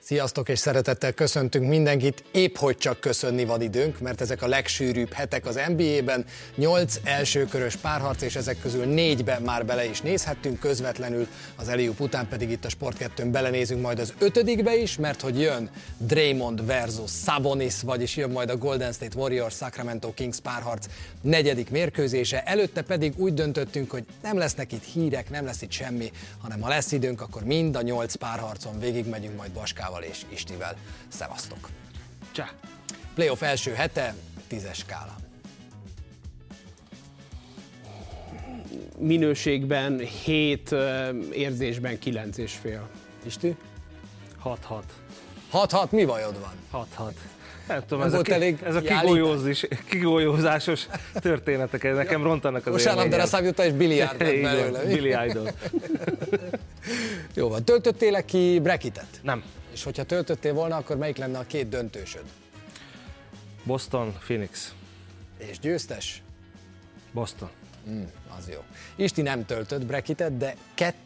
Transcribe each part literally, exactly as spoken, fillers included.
Sziasztok és szeretettel köszöntünk mindenkit, épp hogy csak köszönni van időnk, mert ezek a legsűrűbb hetek az en bé á-ben, nyolc elsőkörös párharc, és ezek közül négybe már bele is nézhettünk közvetlenül, az alley-oop után pedig itt a Sport kettőn belenézünk majd az ötödikbe is, mert hogy jön Draymond versus Sabonis, vagyis jön majd a Golden State Warriors Sacramento Kings párharc negyedik mérkőzése, előtte pedig úgy döntöttünk, hogy nem lesznek itt hírek, nem lesz itt semmi, hanem ha lesz időnk, akkor mind a nyolc párharcon végigmegyünk majd Baskával és Istivel. Szevasztok! Csá! Playoff első hete, tízes skála. Minőségben hét, érzésben kilenc és fél. Isti? hat hat. hat hat, mi bajod van? hat hat. Nem tudom, Nem ez a, volt ki, elég ez a kigolyózis- kigolyózásos történetek, ez nekem rontanak az Kosárlabdára eszembe jutott, és biliárd lett belőle. Billy Idol. Jó van, töltöttél ki bracketet? Nem. És hogyha töltöttél volna, akkor melyik lenne a két döntősöd? Boston, Phoenix. És győztes? Boston. Mm, az jó. Isti nem töltött bracketet, de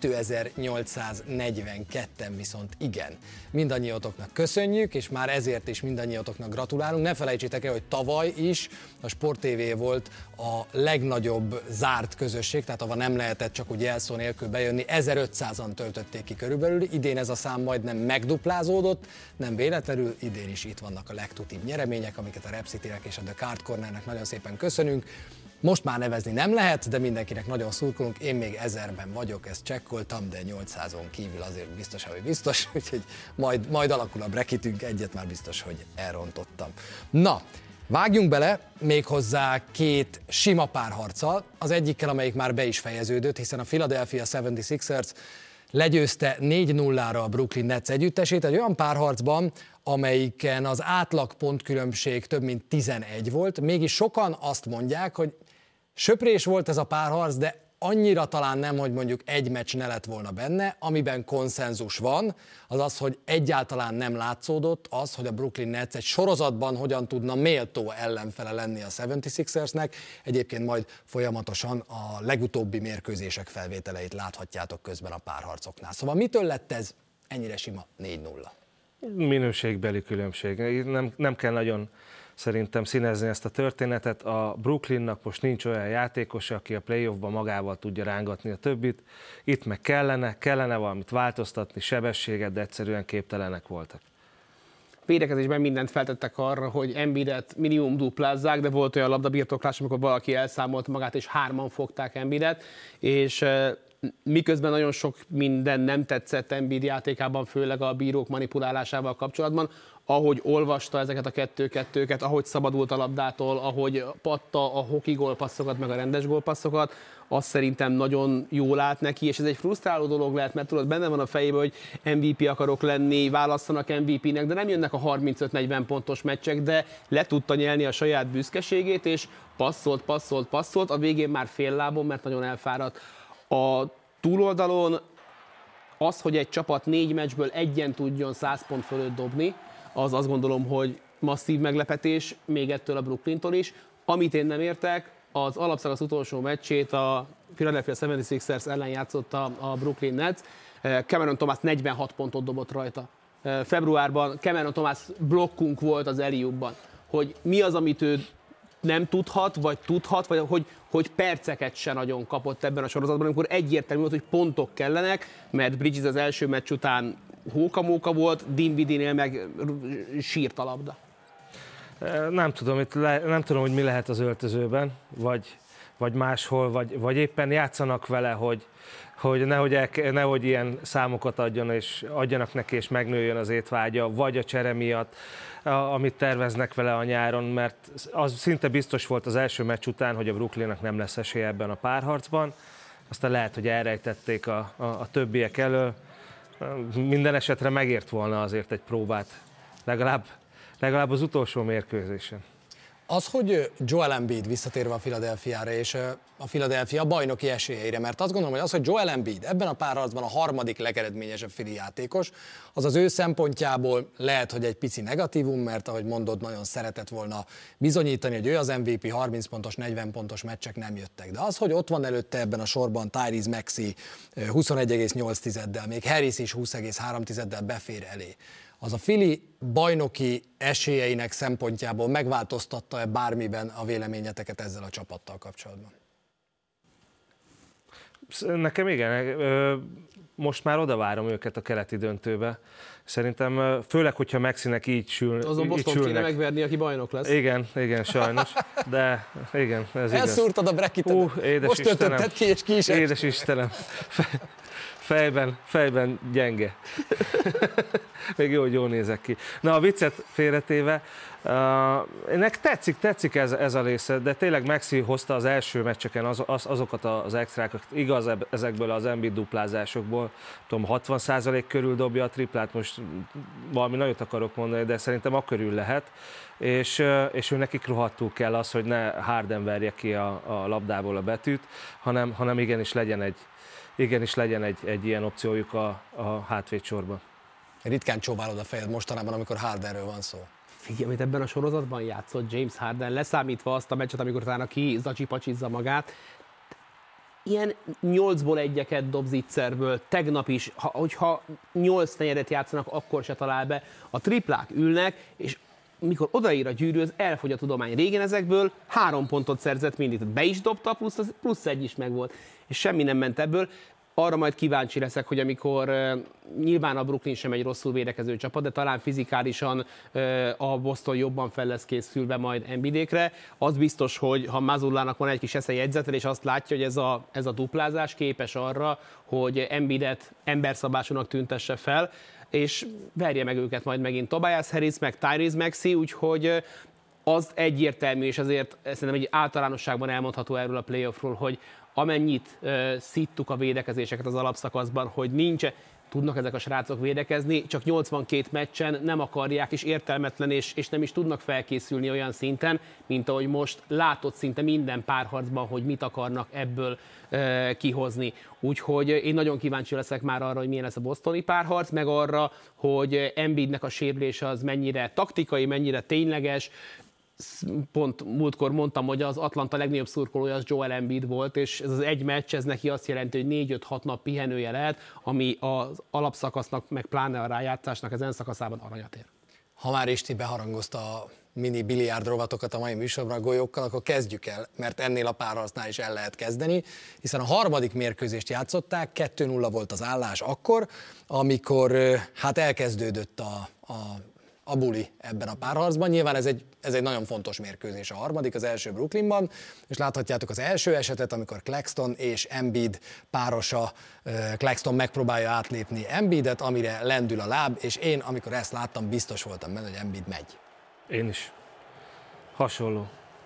kétezer-nyolcszáznegyvenketten viszont igen. Mindannyiatoknak köszönjük, és már ezért is mindannyiatoknak gratulálunk. Ne felejtsétek el, hogy tavaly is a Sport té vé volt a legnagyobb zárt közösség, tehát ahol nem lehetett csak úgy jelszó nélkül bejönni. ezerötszázan töltötték ki körülbelül, idén ez a szám majdnem megduplázódott, nem véletlenül, idén is itt vannak a legtutibb nyeremények, amiket a Rep City-nek és a The Card Cornernek nagyon szépen köszönünk. Most már nevezni nem lehet, de mindenkinek nagyon szurkolunk, én még ezerben vagyok, ezt csekkoltam, de nyolcszázon kívül azért biztos, hogy biztos, úgyhogy majd, majd alakul a bracketünk, egyet már biztos, hogy elrontottam. Na, vágjunk bele méghozzá két sima párharccal, az egyikkel, amelyik már be is fejeződött, hiszen a Philadelphia hetvenhatos legyőzte négy nullára a Brooklyn Nets együttesét, egy olyan párharcban, amelyiken az átlag pontkülönbség több mint tizenegy volt, mégis sokan azt mondják, hogy söprés volt ez a párharc, de annyira talán nem, hogy mondjuk egy meccs ne lett volna benne, amiben konszenzus van, az az, hogy egyáltalán nem látszódott az, hogy a Brooklyn Nets egy sorozatban hogyan tudna méltó ellenfele lenni a hetvenhatósnak. Egyébként majd folyamatosan a legutóbbi mérkőzések felvételeit láthatjátok közben a párharcoknál. Szóval mitől lett ez ennyire sima négy nulla? Minőségbeli különbség. Nem, nem kell nagyon szerintem színezni ezt a történetet. A Brooklynnak most nincs olyan játékosa, aki a playoffban magával tudja rángatni a többit. Itt meg kellene, kellene valamit változtatni, sebességet, de egyszerűen képtelenek voltak. Védekezésben mindent feltettek arra, hogy Embiidet minimum duplázzák, de volt olyan labdabirtoklás, amikor valaki elszámolt magát, és hárman fogták Embiidet, és miközben nagyon sok minden nem tetszett Embiid játékában, főleg a bírók manipulálásával kapcsolatban, ahogy olvasta ezeket a kettő-kettőket, ahogy szabadult a labdától, ahogy patta a hoki gólpasszokat, meg a rendes gólpasszokat, azt szerintem nagyon jól állt neki, és ez egy frusztráló dolog lehet, mert tudod, benne van a fejében, hogy em vé pé akarok lenni, válasszanak em vé pének, de nem jönnek a harmincöt-negyven pontos meccsek, de le tudta nyelni a saját büszkeségét, és passzolt, passzolt, passzolt, a végén már fél lábon, mert nagyon elfáradt. A túloldalon az, hogy egy csapat négy meccsből egyen tudjon száz pont fölött dobni, az azt gondolom, hogy masszív meglepetés, még ettől a Brooklyntól is. Amit én nem értek, az alapszakasz utolsó meccsét a Philadelphia hetvenhatos ellen játszotta a Brooklyn Nets. Cameron Thomas negyvenhat pontot dobott rajta. Februárban Cameron Thomas blokkunk volt az alley-oopban, hogy mi az, amit ő nem tudhat, vagy tudhat, vagy hogy, hogy perceket se nagyon kapott ebben a sorozatban, amikor egyértelmű volt, hogy pontok kellenek, mert Bridges az első meccs után hókamóka volt, Dinwiddie-nél meg sírt a labda. Nem tudom, itt le, nem tudom, hogy mi lehet az öltözőben, vagy, vagy máshol, vagy, vagy éppen játszanak vele, hogy, hogy nehogy, el, nehogy ilyen számokat adjon, és adjanak neki, és megnőjön az étvágya, vagy a csere miatt, amit terveznek vele a nyáron, mert az szinte biztos volt az első meccs után, hogy a Brooklynnak nem lesz esélye ebben a párharcban. Aztán lehet, hogy elrejtették a, a, a többiek elől. Minden esetre megért volna azért egy próbát, legalább, legalább az utolsó mérkőzésen. Az, hogy Joel Embiid visszatérve a Philadelphiára, és a Philadelphia bajnoki esélyeire, mert azt gondolom, hogy az, hogy Joel Embiid ebben a párharcban a harmadik legeredményesebb Philly játékos, az az ő szempontjából lehet, hogy egy pici negatívum, mert ahogy mondod, nagyon szeretett volna bizonyítani, hogy ő az em vé pé, harminc pontos, negyven pontos meccsek nem jöttek. De az, hogy ott van előtte ebben a sorban Tyrese Maxey huszonegy egész nyolc tizeddel, még Harris is húsz egész három tizeddel befér elé, az a Philly bajnoki esélyeinek szempontjából megváltoztatta-e bármiben a véleményeteket ezzel a csapattal kapcsolatban? Nekem igen, most már oda várom őket a keleti döntőbe. Szerintem, főleg, hogyha Maxinek így sül, azon Boston kéne megverni, aki bajnok lesz. Igen, igen, sajnos. De igen, ez igaz. Elszúrtad a brekkitet. Uh, most töltötted ki, és ki is esett. Édes Istenem. Fejben, fejben gyenge. Még jó, hogy jól nézek ki. Na, a viccet félretéve, uh, ennek tetszik, tetszik ez, ez a része, de tényleg Maxi hozta az első meccseken az, az, azokat az extrákat, igaz ezekből az Embiid duplázásokból, tudom, hatvan százalék körül dobja a triplát, most valami nagyot akarok mondani, de szerintem a körül lehet, és, és ő nekik rohadtul kell az, hogy ne Harden verje ki a, a labdából a betűt, hanem, hanem igenis legyen egy igenis legyen egy, egy ilyen opciójuk a, a hátvédsorban. Ritkán csóválod a fejed mostanában, amikor Hardenről van szó. Figyelj, amit ebben a sorozatban játszott James Harden, leszámítva azt a meccset, amikor utána ki zacsipacsizza magát, ilyen nyolcból egyeket dob zicserből, tegnap is, ha, hogyha nyolc negyedet játszanak, akkor se talál be. A triplák ülnek, és mikor odaír a gyűrű, az elfogy a tudomány. Régen ezekből három pontot szerzett mindig, be is dobta, plusz, plusz egy is megvolt, és semmi nem ment ebből. Arra majd kíváncsi leszek, hogy amikor uh, nyilván a Brooklyn sem egy rosszul védekező csapat, de talán fizikálisan uh, a Boston jobban fel lesz készülve majd Embiidékre. Az biztos, hogy ha Mazzulának van egy kis eszejegyzetel, és azt látja, hogy ez a, ez a duplázás képes arra, hogy Embiidet emberszabásúnak tüntesse fel, és verje meg őket majd megint Tobias Harris, meg Tyrese Maxey, úgyhogy az egyértelmű, és azért szerintem egy általánosságban elmondható erről a playoffról, hogy amennyit uh, szittuk a védekezéseket az alapszakaszban, hogy nincs, tudnak ezek a srácok védekezni, csak nyolcvankét meccsen nem akarják, és értelmetlen, és, és nem is tudnak felkészülni olyan szinten, mint ahogy most látott szinte minden párharcban, hogy mit akarnak ebből uh, kihozni. Úgyhogy én nagyon kíváncsi leszek már arra, hogy milyen lesz a bostoni párharc, meg arra, hogy Embiidnek a sérülése az mennyire taktikai, mennyire tényleges. Pont múltkor mondtam, hogy az Atlanta legnagyobb szurkolója az Joel Embiid volt, és ez az egy meccs, ez neki azt jelenti, hogy négy-öt-hat nap pihenője lehet, ami az alapszakasznak, meg pláne a rájátszásnak ezen szakaszában aranyat ér. Ha már Isti beharangozta a mini biliárd rovatokat a mai műsorban a golyókkal, akkor kezdjük el, mert ennél a párharcnál is el lehet kezdeni, hiszen a harmadik mérkőzést játszották, kettő nulla volt az állás akkor, amikor hát elkezdődött a, a a buli ebben a párharcban. Nyilván ez egy, ez egy nagyon fontos mérkőzés a harmadik, az első Brooklynban, és láthatjátok az első esetet, amikor Claxton és Embiid párosa, Claxton megpróbálja átlépni Embiidet, amire lendül a láb, és én, amikor ezt láttam, biztos voltam benne, hogy Embiid megy. Én is. Hasonló.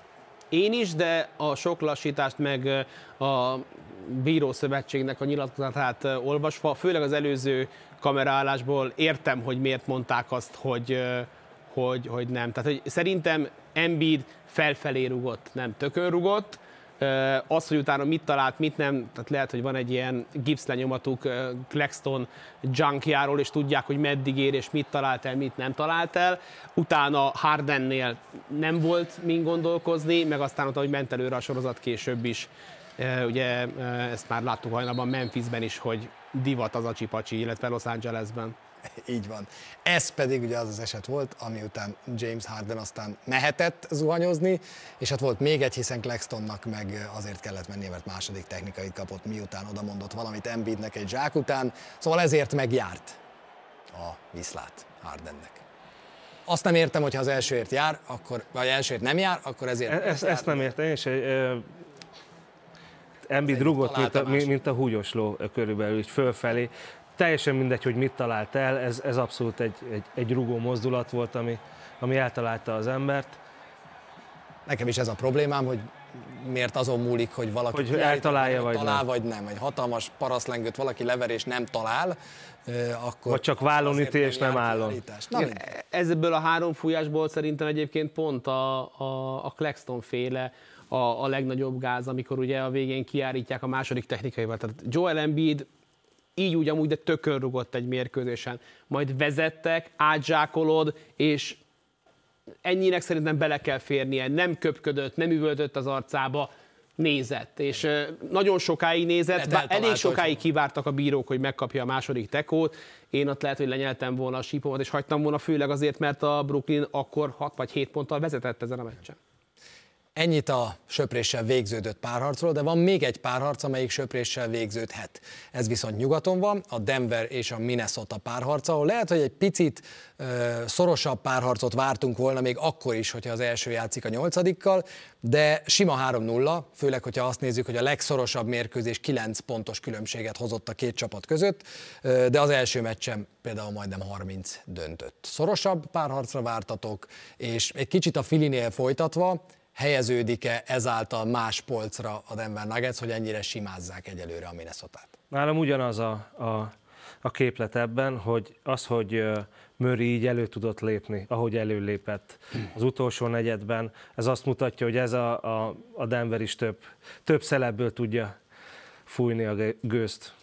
Én is, de a sok lassítást meg a bírószövetségnek a nyilatkozatát olvasva, főleg az előző kameraállásból értem, hogy miért mondták azt, hogy, hogy, hogy nem. Tehát hogy szerintem Embiid felfelé rugott, nem tökön rugott. Az, hogy utána mit talált, mit nem, tehát lehet, hogy van egy ilyen gipszlenyomatuk Claxton junkjáról, és tudják, hogy meddig ér, és mit talált el, mit nem talált el. Utána Hardennél nem volt min gondolkozni, meg aztán ott, hogy ment előre a sorozat később is. Ugye ezt már láttuk hajnalban Memphisben is, hogy divat az a csipacsi, illetve Los Angelesben. Így van. Ez pedig ugye az az eset volt, ami után James Harden aztán mehetett zuhanyozni, és hát volt még egy, hiszen Claxtonnak meg azért kellett mennie, mert második technikait kapott, miután odamondott valamit Embiidnek egy zsák után, szóval ezért megjárt a viszlát Hardennek. Azt nem értem, hogyha az elsőért jár, akkor, vagy elsőért nem jár, akkor ezért... E- ezt, ezt nem értem, és Embiid rugott, mint a, mint a húgyosló körülbelül, így fölfelé. Teljesen mindegy, hogy mit talált el, ez, ez abszolút egy, egy, egy rugó mozdulat volt, ami, ami eltalálta az embert. Nekem is ez a problémám, hogy miért azon múlik, hogy valaki hogy eltalálja, vagy talál, nem. vagy nem. Egy hatalmas paraszlengőt valaki lever és nem talál, akkor... Vagy csak vállon üti és nem állon. Ebből a három fújásból szerintem egyébként pont a, a, a Claxton féle a, a legnagyobb gáz, amikor ugye a végén kiárítják a második technikaival. Tehát Joel Embiid így úgy amúgy, de tökön rugott egy mérkőzésen. Majd vezettek, átzsákolod, és ennyinek szerintem bele kell férnie. Nem köpködött, nem üvöltött az arcába, nézett, és nagyon sokáig nézett, bár elég sokáig kivártak a bírók, hogy megkapja a második tekót. Én ott lehet, hogy lenyeltem volna a sípomat, és hagytam volna, főleg azért, mert a Brooklyn akkor hat vagy hét ponttal vezetett ezen a meccsen. Ennyit a söpréssel végződött párharcról, de van még egy párharc, amelyik söpréssel végződhet. Ez viszont nyugaton van, a Denver és a Minnesota párharca, ahol lehet, hogy egy picit ö, szorosabb párharcot vártunk volna, még akkor is, hogyha az első játszik a nyolcadikkal, de sima három nulla, főleg, hogyha azt nézzük, hogy a legszorosabb mérkőzés kilenc pontos különbséget hozott a két csapat között, ö, de az első meccsen például majdnem harminc döntött. Szorosabb párharcra vártatok, és egy kicsit a Phillynél folytatva, helyeződik-e ezáltal más polcra a Denver Nuggets, hogy ennyire simázzák egyelőre a Minnesotát? Nálam ugyanaz a, a, a képlet ebben, hogy az, hogy Murray így elő tudott lépni, ahogy előlépett az utolsó negyedben, ez azt mutatja, hogy ez a, a, a Denver is több, több szelebből tudja fújni a gőzt.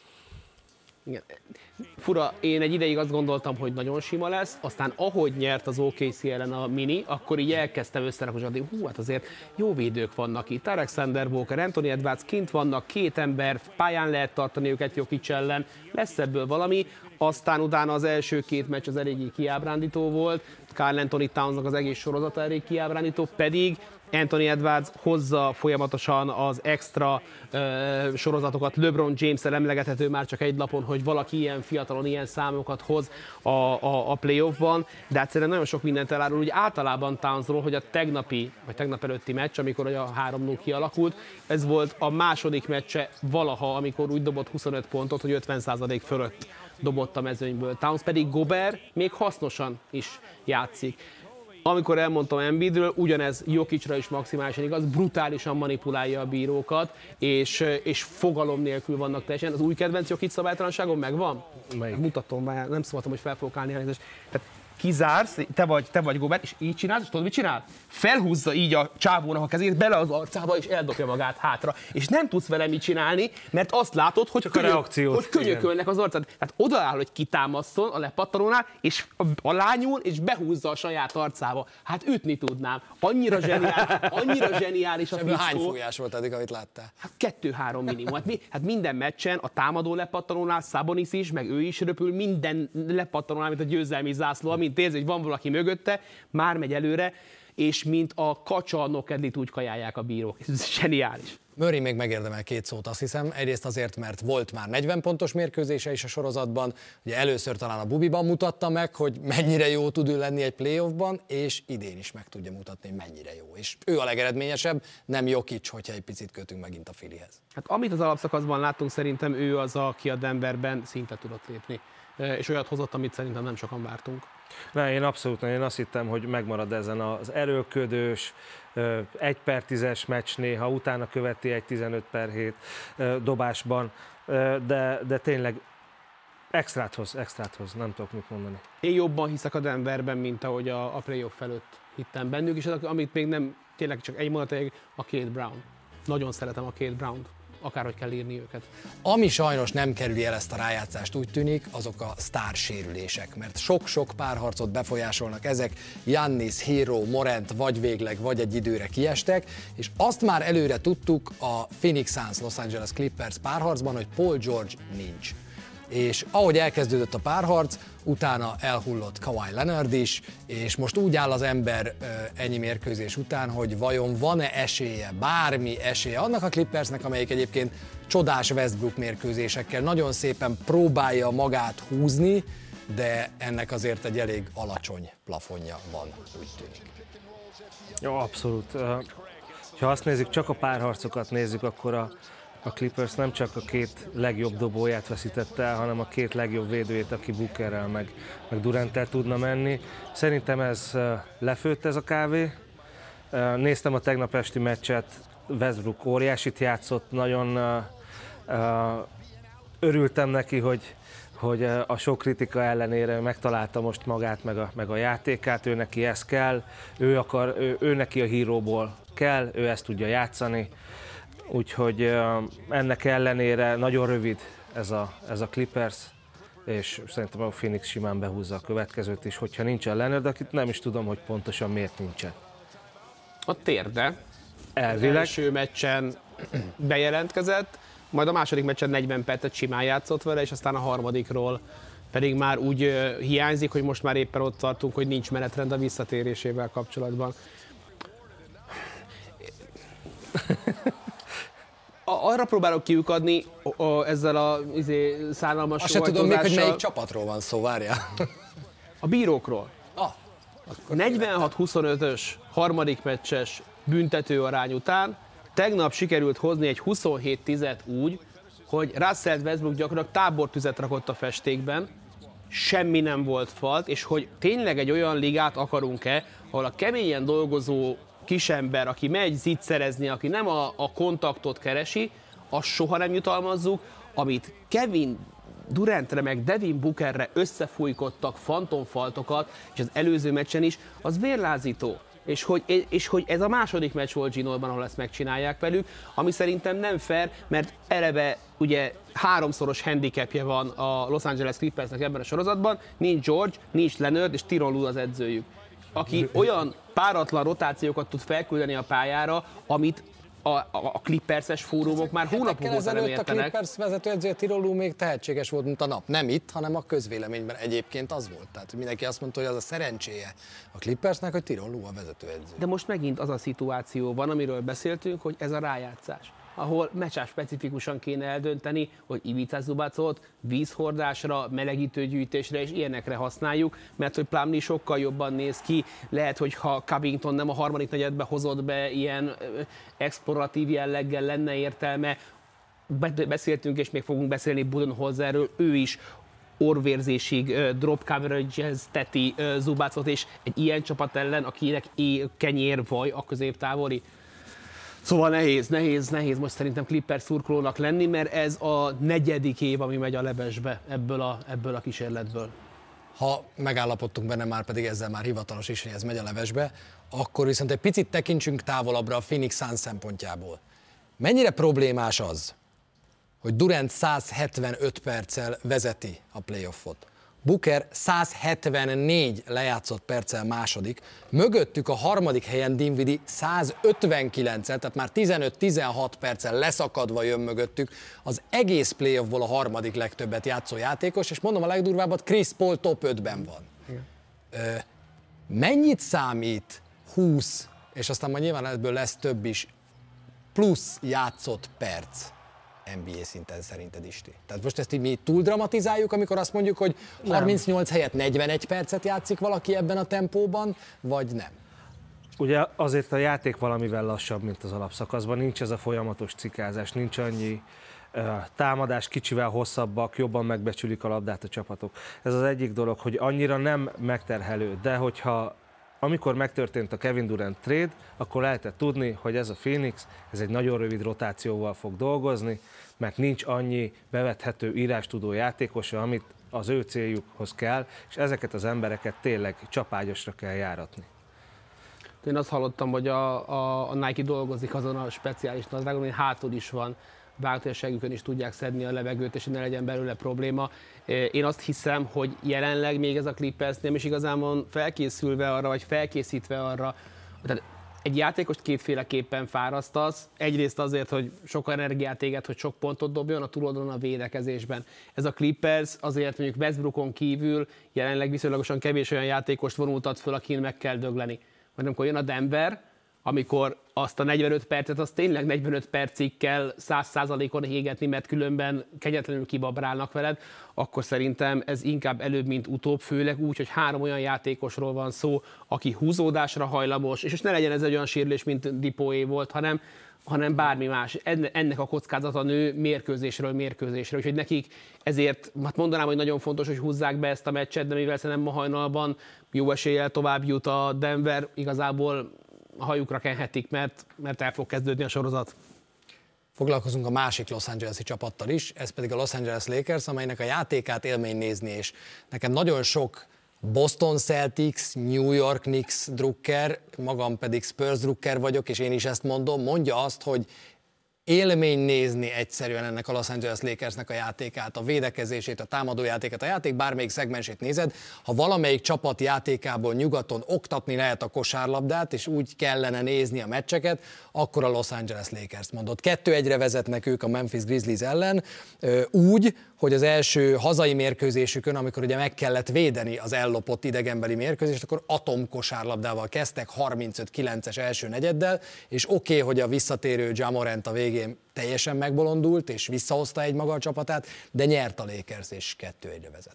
Igen. Fura, én egy ideig azt gondoltam, hogy nagyon sima lesz, aztán ahogy nyert az o ká cé ellen a Mini, akkor így elkezdtem összerakosodni, hú, hát azért jó védők vannak itt, Alexander Walker, Anthony Edwards kint vannak, két ember, pályán lehet tartani őket Jokic ellen, lesz ebből valami, aztán utána az első két meccs az eléggé kiábrándító volt, Karl Anthony Townsnak az egész sorozata elég kiábrándító, pedig Anthony Edwards hozza folyamatosan az extra uh, sorozatokat, LeBron James-el emlegethető már csak egy lapon, hogy valaki ilyen fiatalon ilyen számokat hoz a, a, a playoffban, de hát szerintem nagyon sok mindent elárul, úgy általában Townsról, hogy a tegnapi, vagy tegnap előtti meccs, amikor a három null kialakult, ez volt a második meccse valaha, amikor úgy dobott huszonöt pontot, hogy ötven százalék fölött dobott a mezőnyből. Towns pedig Gobert még hasznosan is játszik. Amikor elmondtam Embiidről, ugyanez Jokicra is maximálisan igaz, brutálisan manipulálja a bírókat, és, és fogalom nélkül vannak teljesen. Az új kedvenc Jokic szabálytalanságon megvan? Melyik? Mutatom, már nem szóltam, hogy fel fogok állni. Tehát kizársz, te vagy, te vagy Gobert, és így csinálsz, és tudod, mit csinál? Felhúzza így a csávónak a kezét bele az arcába, és eldobja magát hátra. És nem tudsz vele mit csinálni, mert azt látod, hogy, könyök, hogy könyökölnek az arcát. Tehát odaáll, hogy kitámaszol a lepattanónál, és alányul, és behúzza a saját arcába. Hát ütni tudnám. Annyira zseniális, annyira zseniális a fickó. Hány fújás volt eddig, amit láttál? Hát kettő-három minimum. Hát, mi, hát minden meccsen a támadó lepattanónál Sabonis is, meg ő is röpül, minden lepattanónál, mint a győzelmi zászló, mint érzi, hogy van valaki mögötte, már megy előre, és mint a kacsa a nokedlit úgy kajálják a bírók. Ez zseniális. Murray még megérdemel két szót, azt hiszem. Egyrészt azért, mert volt már negyven pontos mérkőzése is a sorozatban, ugye először talán a Bubiban mutatta meg, hogy mennyire jó tud ő lenni egy playoffban, és idén is meg tudja mutatni, hogy mennyire jó. És ő a legeredményesebb, nem Jokic, hogyha egy picit kötünk megint a Phillyhez. Hát amit az alapszakaszban láttunk, szerintem ő az, aki a Denverben szinte tudott lépni. És olyat hozott, amit szerintem nem sokan vártunk. Ne, én abszolút nem. Én azt hittem, hogy megmarad ezen az erőlködős, egy per tízes meccs néha, utána követi egy tizenöt per hét dobásban, de, de tényleg extrát hoz, extrát hoz, nem tudok mit mondani. Én jobban hiszek a Denverben, mint ahogy a, a playoff előtt hittem bennük, és amit még nem, tényleg csak egy mondat, a Kate Brown. Nagyon szeretem a Kate Brownt. Akárhogy kell írni őket. Ami sajnos nem kerüli el ezt a rájátszást, úgy tűnik, azok a sztársérülések, mert sok-sok párharcot befolyásolnak ezek, Giannis, Hero, Morant vagy végleg, vagy egy időre kiestek, és azt már előre tudtuk a Phoenix Suns Los Angeles Clippers párharcban, hogy Paul George nincs. És ahogy elkezdődött a párharc, utána elhullott Kawhi Leonard is, és most úgy áll az ember ennyi mérkőzés után, hogy vajon van-e esélye, bármi esélye annak a Clippersnek, amelyik egyébként csodás Westbrook mérkőzésekkel nagyon szépen próbálja magát húzni, de ennek azért egy elég alacsony plafonja van, úgy tűnik. Jó, abszolút. Ha azt nézzük, csak a párharcokat nézzük, akkor a A Clippers nem csak a két legjobb dobóját veszítette el, hanem a két legjobb védőjét, aki Bookerrel meg, meg Duranttel tudna menni. Szerintem ez lefőtt ez a kávé. Néztem a tegnap esti meccset, Westbrook óriásit játszott, nagyon örültem neki, hogy, hogy a sok kritika ellenére megtalálta most magát, meg a, meg a játékát, ő neki ez kell, ő, akar, ő, ő neki a híróból kell, ő ezt tudja játszani. Úgyhogy ennek ellenére nagyon rövid ez a, ez a Clippers, és szerintem a Phoenix simán behúzza a következőt is, hogyha nincsen Leonard, akit nem is tudom, hogy pontosan miért nincsen. A térde. Elvileg. Az első meccsen bejelentkezett, majd a második meccsen negyven percet simán játszott vele, és aztán a harmadikról pedig már úgy uh, hiányzik, hogy most már éppen ott tartunk, hogy nincs menetrend a visszatérésével kapcsolatban. Arra próbálok kiukadni a, a, ezzel a izé, szánalmas azt se tudom még, hogy melyik csapatról van szó, várjál. A bírókról. Ah, negyvenhat huszonötös harmadik meccses büntetőarány után tegnap sikerült hozni egy huszonhét tízet úgy, hogy Russell Westbrook gyakorlatilag tábortüzet rakott a festékben, semmi nem volt falt, és hogy tényleg egy olyan ligát akarunk-e, ahol a keményen dolgozó kisember, aki megy zicserezni, aki nem a, a kontaktot keresi, azt soha nem jutalmazzuk, amit Kevin Durantre meg Devin Bookerre összefújkottak fantomfaltokat, és az előző meccsen is, az vérlázító. És hogy, és hogy ez a második meccs volt Ginolban, ahol ezt megcsinálják velük, ami szerintem nem fair, mert eleve ugye háromszoros handicapje van a Los Angeles Clippersnek ebben a sorozatban, nincs George, nincs Leonard és Tyronn Lue az edzőjük, aki olyan páratlan rotációkat tud felküldeni a pályára, amit a, a, a Clippers-es fórumok már hónapok óta nem értenek. A Clippers vezetőedzője Tyronn Lue még tehetséges volt, mint a nap. Nem itt, hanem a közvéleményben egyébként az volt. Tehát mindenki azt mondta, hogy az a szerencséje a Clippersnek, hogy Tyronn Lue a vezetőedző. De most megint az a szituáció van, amiről beszéltünk, hogy ez a rájátszás, ahol meccsás specifikusan kéne eldönteni, hogy Ivica Zubacot vízhordásra, melegítőgyűjtésre és ilyenekre használjuk, mert hogy Plumlee sokkal jobban néz ki, lehet, hogy ha Covington nem a harmadik negyedbe hozott be, ilyen exploratív jelleggel lenne értelme. Beszéltünk és még fogunk beszélni Budenholzerről, ő is orvérzésig drop coverage-hez teti Zubacot, és egy ilyen csapat ellen, akinek kenyér vaj a középtávoli. Szóval nehéz, nehéz, nehéz most szerintem Clippers szurkolónak lenni, mert ez a negyedik év, ami megy a lebesbe ebből a, ebből a kísérletből. Ha megállapodtunk benne, már pedig ezzel már hivatalos is, hogy ez megy a levesbe, akkor viszont egy picit tekintsünk távolabbra a Phoenix Suns szempontjából. Mennyire problémás az, hogy Durant száz hetvenöt perccel vezeti a playoffot, Booker száz hetvennégy lejátszott perccel második, mögöttük a harmadik helyen Dinwiddie száz ötvenkilenccel, tehát már tizenöt-tizenhat perccel leszakadva jön mögöttük az egész playoffból a harmadik legtöbbet játszó játékos, és mondom a legdurvábbat, Chris Paul top ötben van. Ö, mennyit számít húsz, és aztán majd nyilván ebből lesz több is, plusz játszott perc en bé á szinten szerinted, Isti? Tehát most ezt így mi túl dramatizáljuk, amikor azt mondjuk, hogy harmincnyolc helyett negyvenegy percet játszik valaki ebben a tempóban, vagy nem? Ugye azért a játék valamivel lassabb, mint az alapszakaszban, nincs ez a folyamatos cikázás, nincs annyi uh, támadás, kicsivel hosszabbak, jobban megbecsülik a labdát a csapatok. Ez az egyik dolog, hogy annyira nem megterhelő, de hogyha amikor megtörtént a Kevin Durant trade, akkor lehetett tudni, hogy ez a Phoenix, ez egy nagyon rövid rotációval fog dolgozni, mert nincs annyi bevethető írástudó játékosa, amit az ő céljukhoz kell, és ezeket az embereket tényleg csapágyasra kell járatni. Én azt hallottam, hogy a, a, a Nike dolgozik azon a speciális nadrágon, hogy hátul is van, vágótérségükön is tudják szedni a levegőt, és ne legyen belőle probléma. Én azt hiszem, hogy jelenleg még ez a Clippers nem is igazán van felkészülve arra, vagy felkészítve arra. Tehát egy játékost kétféleképpen fárasztasz. Egyrészt azért, hogy sok energiát éget, hogy sok pontot dobjon, a túloldalon a védekezésben. Ez a Clippers azért mondjuk Westbrookon kívül jelenleg viszonylagosan kevés olyan játékost vonultat föl, akin meg kell dögleni. Majd amikor jön a Denver, amikor azt a negyvenöt percet, azt tényleg negyvenöt percig kell száz százalékon égetni, mert különben kegyetlenül kibabrálnak veled, akkor szerintem ez inkább előbb, mint utóbb, főleg úgy, hogy három olyan játékosról van szó, aki húzódásra hajlamos, és most ne legyen ez egy olyan sérülés, mint Dipoé volt, hanem, hanem bármi más. Ennek a kockázata nő mérkőzésről mérkőzésre, úgyhogy nekik ezért, hát mondanám, hogy nagyon fontos, hogy húzzák be ezt a meccset, de mivel szerintem ma hajnalban jó eséllyel tovább jut a Denver, igazából a hajukra kenhetik, mert, mert el fog kezdődni a sorozat. Foglalkozunk a másik Los Angeles-i csapattal is, ez pedig a Los Angeles Lakers, amelynek a játékát élmény nézni, és nekem nagyon sok Boston Celtics, New York Knicks drukker, magam pedig Spurs drukker vagyok, és én is ezt mondom, mondja azt, hogy élmény nézni egyszerűen ennek a Los Angeles Lakersnek a játékát, a védekezését, a támadójátékát, a játék bármelyik szegmensét nézed, ha valamelyik csapat játékából nyugaton oktatni lehet a kosárlabdát, és úgy kellene nézni a meccseket, akkor a Los Angeles Lakers mondott. Kettő egyre vezetnek ők a Memphis Grizzlies ellen, úgy, hogy az első hazai mérkőzésükön, amikor ugye meg kellett védeni az ellopott idegenbeli mérkőzést, akkor atomkosárlabdával kezdtek harmincöt kilences első negyeddel, és oké, okay, hogy a visszatérő Ja Morant a végén teljesen megbolondult, és visszahozta egy maga a csapatát, de nyert a Lakers, és kettő egyre vezet.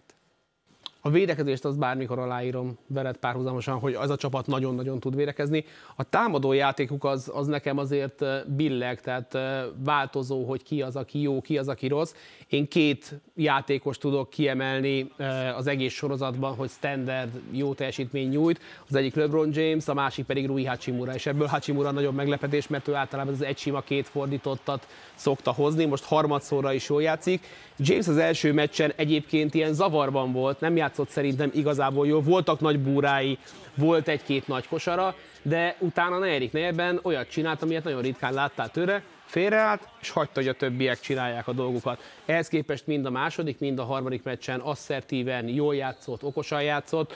A védekezést azt bármikor aláírom veled párhuzamosan, hogy az a csapat nagyon-nagyon tud védekezni. A támadó játékuk az, az nekem azért billeg, tehát változó, hogy ki az, aki jó, ki az, aki rossz. Én két játékos tudok kiemelni az egész sorozatban, hogy standard jó teljesítmény nyújt. Az egyik LeBron James, a másik pedig Rui Hachimura, és ebből Hachimura nagyobb meglepetés, mert ő általában az egy sima két fordítottat szokta hozni, most harmadszorra is jól játszik. James az első meccsen egyébként ilyen zavarban volt, nem játszott szerintem igazából jól, voltak nagy búrái, volt egy-két nagy kosara, de utána negyedik negyedben olyat csinált, amilyet nagyon ritkán láttál tőle, félreállt, és hagyta, hogy a többiek csinálják a dolgukat. Ehhez képest mind a második, mind a harmadik meccsen asszertíven, jól játszott, okosan játszott,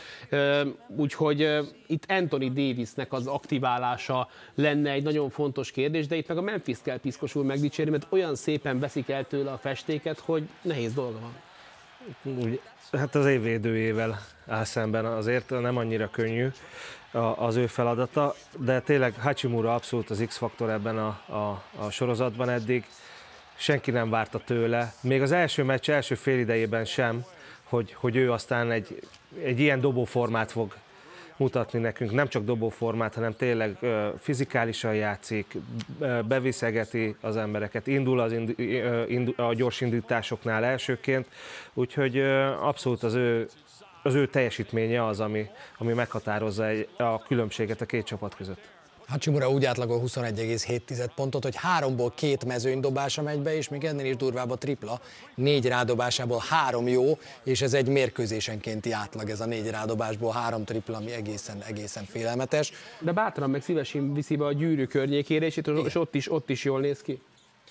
úgyhogy itt Anthony Davisnek az aktiválása lenne egy nagyon fontos kérdés, de itt meg a Memphis kell piszkosul megdicsérni, mert olyan szépen veszik el tőle a festéket, hogy nehéz dolga van. Úgy, hát az évvédőjével áll szemben azért nem annyira könnyű az ő feladata, de tényleg Hachimura abszolút az X-faktor ebben a, a, a sorozatban eddig. Senki nem várta tőle, még az első meccs első félidejében sem, hogy, hogy ő aztán egy, egy ilyen dobóformát fog mutatni nekünk. Nem csak dobóformát, hanem tényleg uh, fizikálisan játszik, uh, beviszegeti az embereket, indul az indu, uh, indu, a gyors indításoknál elsőként, úgyhogy uh, abszolút az ő az ő teljesítménye az, ami, ami meghatározza a különbséget a két csapat között. Hachimura úgy átlagol huszonegy egész hét pontot, hogy háromból két mezőnydobása megy be, és még ennél is durvább a tripla, négy rádobásából három jó, és ez egy mérkőzésenkénti átlag, ez a négy rádobásból három tripla, ami egészen, egészen félelmetes. De bátran meg szívesen viszi be a gyűrű környékére, és, itt, és ott, is, ott is jól néz ki.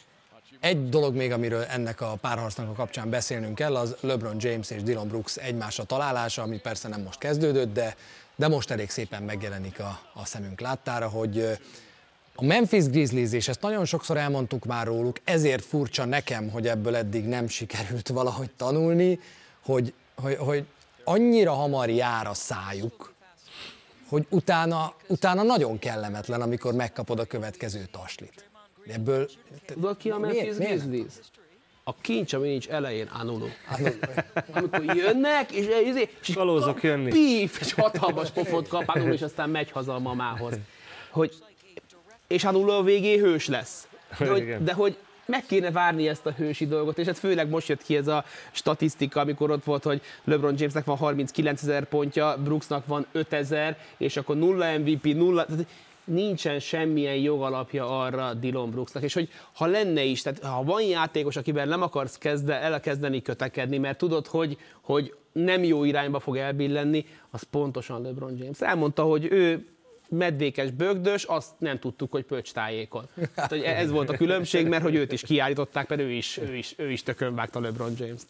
Egy dolog még, amiről ennek a párharcnak a kapcsán beszélnünk kell, az LeBron James és Dillon Brooks egymásra találása, ami persze nem most kezdődött, de, de most elég szépen megjelenik a, a szemünk láttára, hogy a Memphis Grizzlies, és ezt nagyon sokszor elmondtuk már róluk, ezért furcsa nekem, hogy ebből eddig nem sikerült valahogy tanulni, hogy, hogy, hogy annyira hamar jár a szájuk, hogy utána, utána nagyon kellemetlen, amikor megkapod a következő taslit. Ebből... Tudod ki a Memphis Grizzlies? A kincs, ami nincs elején, Anulu. Amikor jönnek, és, és, és kalózok jönni. Píf, és hatalmas pofot kap Anulu, és aztán megy haza a mamához. Hogy, és Anulu a végén hős lesz. De hogy, de hogy meg kéne várni ezt a hősi dolgot, és hát főleg most jött ki ez a statisztika, amikor ott volt, hogy LeBron Jamesnek van harminckilencezer pontja, Brooksnak van ötezer, és akkor nulla em vé pé, nulla... Nincsen semmilyen jogalapja arra Dillon Brooksnak, és hogy ha lenne is, tehát ha van játékos, akivel nem akarsz kezde, elkezdeni kötekedni, mert tudod, hogy, hogy nem jó irányba fog elbillenni, az pontosan LeBron James. Elmondta, hogy ő medvékes, bögdös, azt nem tudtuk, hogy pöcstájékon. Hát, hogy ez volt a különbség, mert hogy őt is kiállították, mert ő is, ő is, ő is tökön vágta LeBron James-t.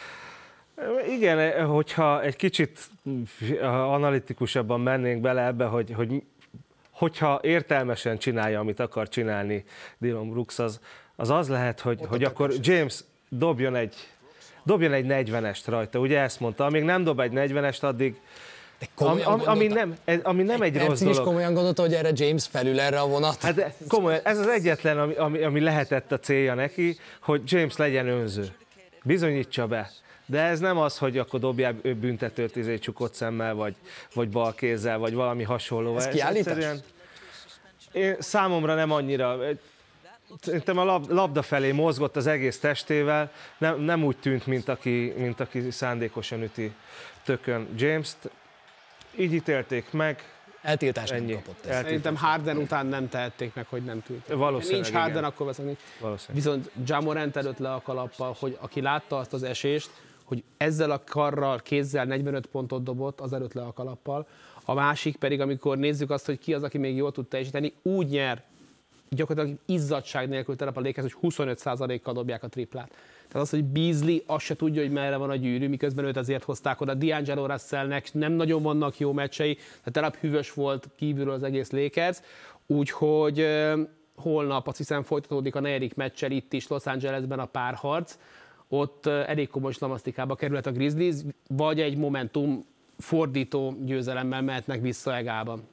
Igen, hogyha egy kicsit analitikusabban mennénk bele ebbe, hogy, hogy hogyha értelmesen csinálja, amit akar csinálni Dillon Brooks, az az, az lehet, hogy, hogy akkor James dobjon egy, dobjon egy negyvenest rajta. Ugye ezt mondta, amíg nem dob egy negyvenest, addig, ami, ami, nem, ami nem egy, egy rossz dolog. Is komolyan gondolta, hogy erre James felül erre a vonat. Hát komolyan, ez az egyetlen, ami, ami, ami lehetett a célja neki, hogy James legyen önző. Bizonyítsa be. De ez nem az, hogy akkor dobjál büntetőt izé, csukott szemmel, vagy, vagy bal kézzel, vagy valami hasonló. Ez kiállítás? Én, számomra nem annyira. Szerintem a labda felé mozgott az egész testével, nem, nem úgy tűnt, mint aki, mint aki szándékosan üti tökön James-t. Így ítélték meg. Eltiltást nem kapott. Eltiltást. Szerintem Harden után nem tehették meg, hogy nem tűnt. Valószínűleg nincs Harden, igen. Akkor veszek nincs. Viszont Ja Morant előtt le a kalappal, hogy aki látta azt az esést, hogy ezzel a karral, kézzel negyvenöt pontot dobott, az előtt le a kalappal. A másik pedig, amikor nézzük azt, hogy ki az, aki még jól tud teljesíteni, úgy nyer gyakorlatilag izzadság nélkül telep a Lakers, hogy huszonöt százalékkal dobják a triplát. Tehát az, hogy Beasley azt se tudja, hogy merre van a gyűrű, miközben őt azért hozták oda. D'Angelo Russellnek nem nagyon vannak jó meccsei, tehát telep hűvös volt kívülről az egész Lakers, úgyhogy holnap azt hiszem folytatódik a negyedik meccsel itt is Los Angelesben a párharc. Ott elég komoly slamasztikába kerülhet a Grizzlies, vagy egy momentum fordító győzelemmel mehetnek vissza Egában.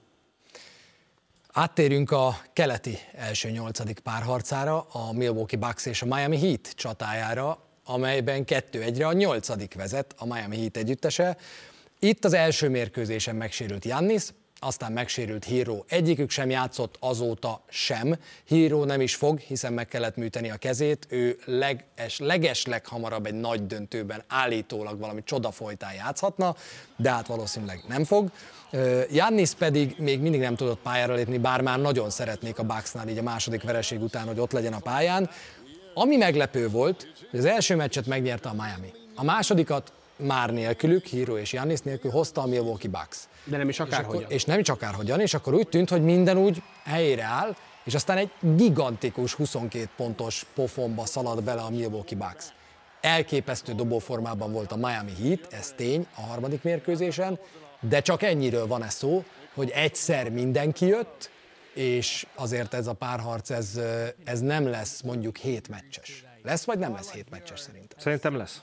Áttérünk a keleti első nyolcadik párharcára, a Milwaukee Bucks és a Miami Heat csatájára, amelyben kettő egyre a nyolcadik vezet a Miami Heat együttese. Itt az első mérkőzésen megsérült Giannis, aztán megsérült Hero. Egyikük sem játszott azóta sem. Hero nem is fog, hiszen meg kellett műteni a kezét. Ő leges, leges leghamarabb egy nagy döntőben állítólag valami csoda folytán játszhatna, de hát valószínűleg nem fog. Giannis pedig még mindig nem tudott pályára lépni, bár már nagyon szeretnék a Bucksnál így a második vereség után, hogy ott legyen a pályán. Ami meglepő volt, hogy az első meccset megnyerte a Miami. A másodikat már nélkülük, Hero és Giannis nélkül hozta a Milwaukee Bucks. De nem is akárhogyan. És, és nem is akárhogyan, és akkor úgy tűnt, hogy minden úgy helyére áll, és aztán egy gigantikus huszonkét pontos pofonba szaladt bele a Milwaukee Bucks. Elképesztő dobóformában volt a Miami Heat, ez tény a harmadik mérkőzésen, de csak ennyiről van ez szó, hogy egyszer mindenki jött, és azért ez a párharc, ez, ez nem lesz mondjuk hét meccses. Lesz vagy nem lesz hét meccses szerintem? Szerintem lesz.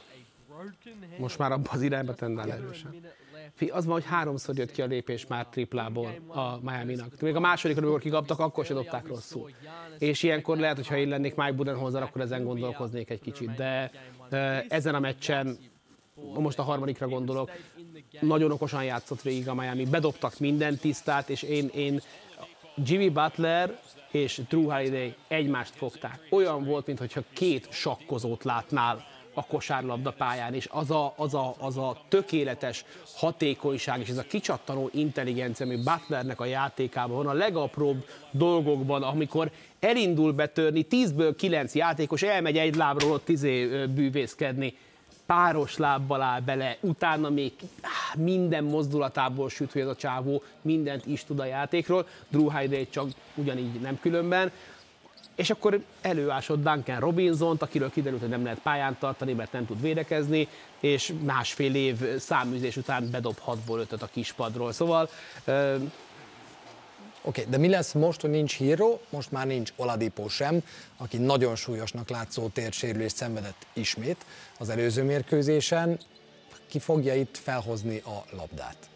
Most már abban az irányba tendál erősen. Az van, hogy háromszor jött ki a lépés már triplából a Miami-nak. Még a második, amikor kikaptak, akkor se dobták rosszul. És ilyenkor lehet, hogy ha én lennék Mike Budenholzer, akkor ezen gondolkoznék egy kicsit. De ezen a meccsen, most a harmadikra gondolok, nagyon okosan játszott végig a Miami. Bedobtak minden tisztát, és én, én Jimmy Butler és Drew Holiday egymást fogták. Olyan volt, mintha két sakkozót látnál a kosárlabda pályán, és az a, az, a, az a tökéletes hatékonyság, és ez a kicsattanó intelligencia, ami Butlernek a játékában van, a legapróbb dolgokban, amikor elindul betörni, tízből kilenc játékos elmegy egy lábról ott izé bűvészkedni, páros lábbal áll bele, utána még minden mozdulatából süt, hogy ez a csávó mindent is tud a játékról, Drew Holiday csak ugyanígy nem különben. És akkor előásott Duncan Robinsont, akiről kiderült, hogy nem lehet pályán tartani, mert nem tud védekezni, és másfél év száműzés után bedob hatból ötöt a kispadról. Szóval... Euh... Oké, okay, de mi lesz most, hogy nincs Hero, most már nincs Oladipo sem, aki nagyon súlyosnak látszó térsérülést szenvedett ismét az előző mérkőzésen. Ki fogja itt felhozni a labdát?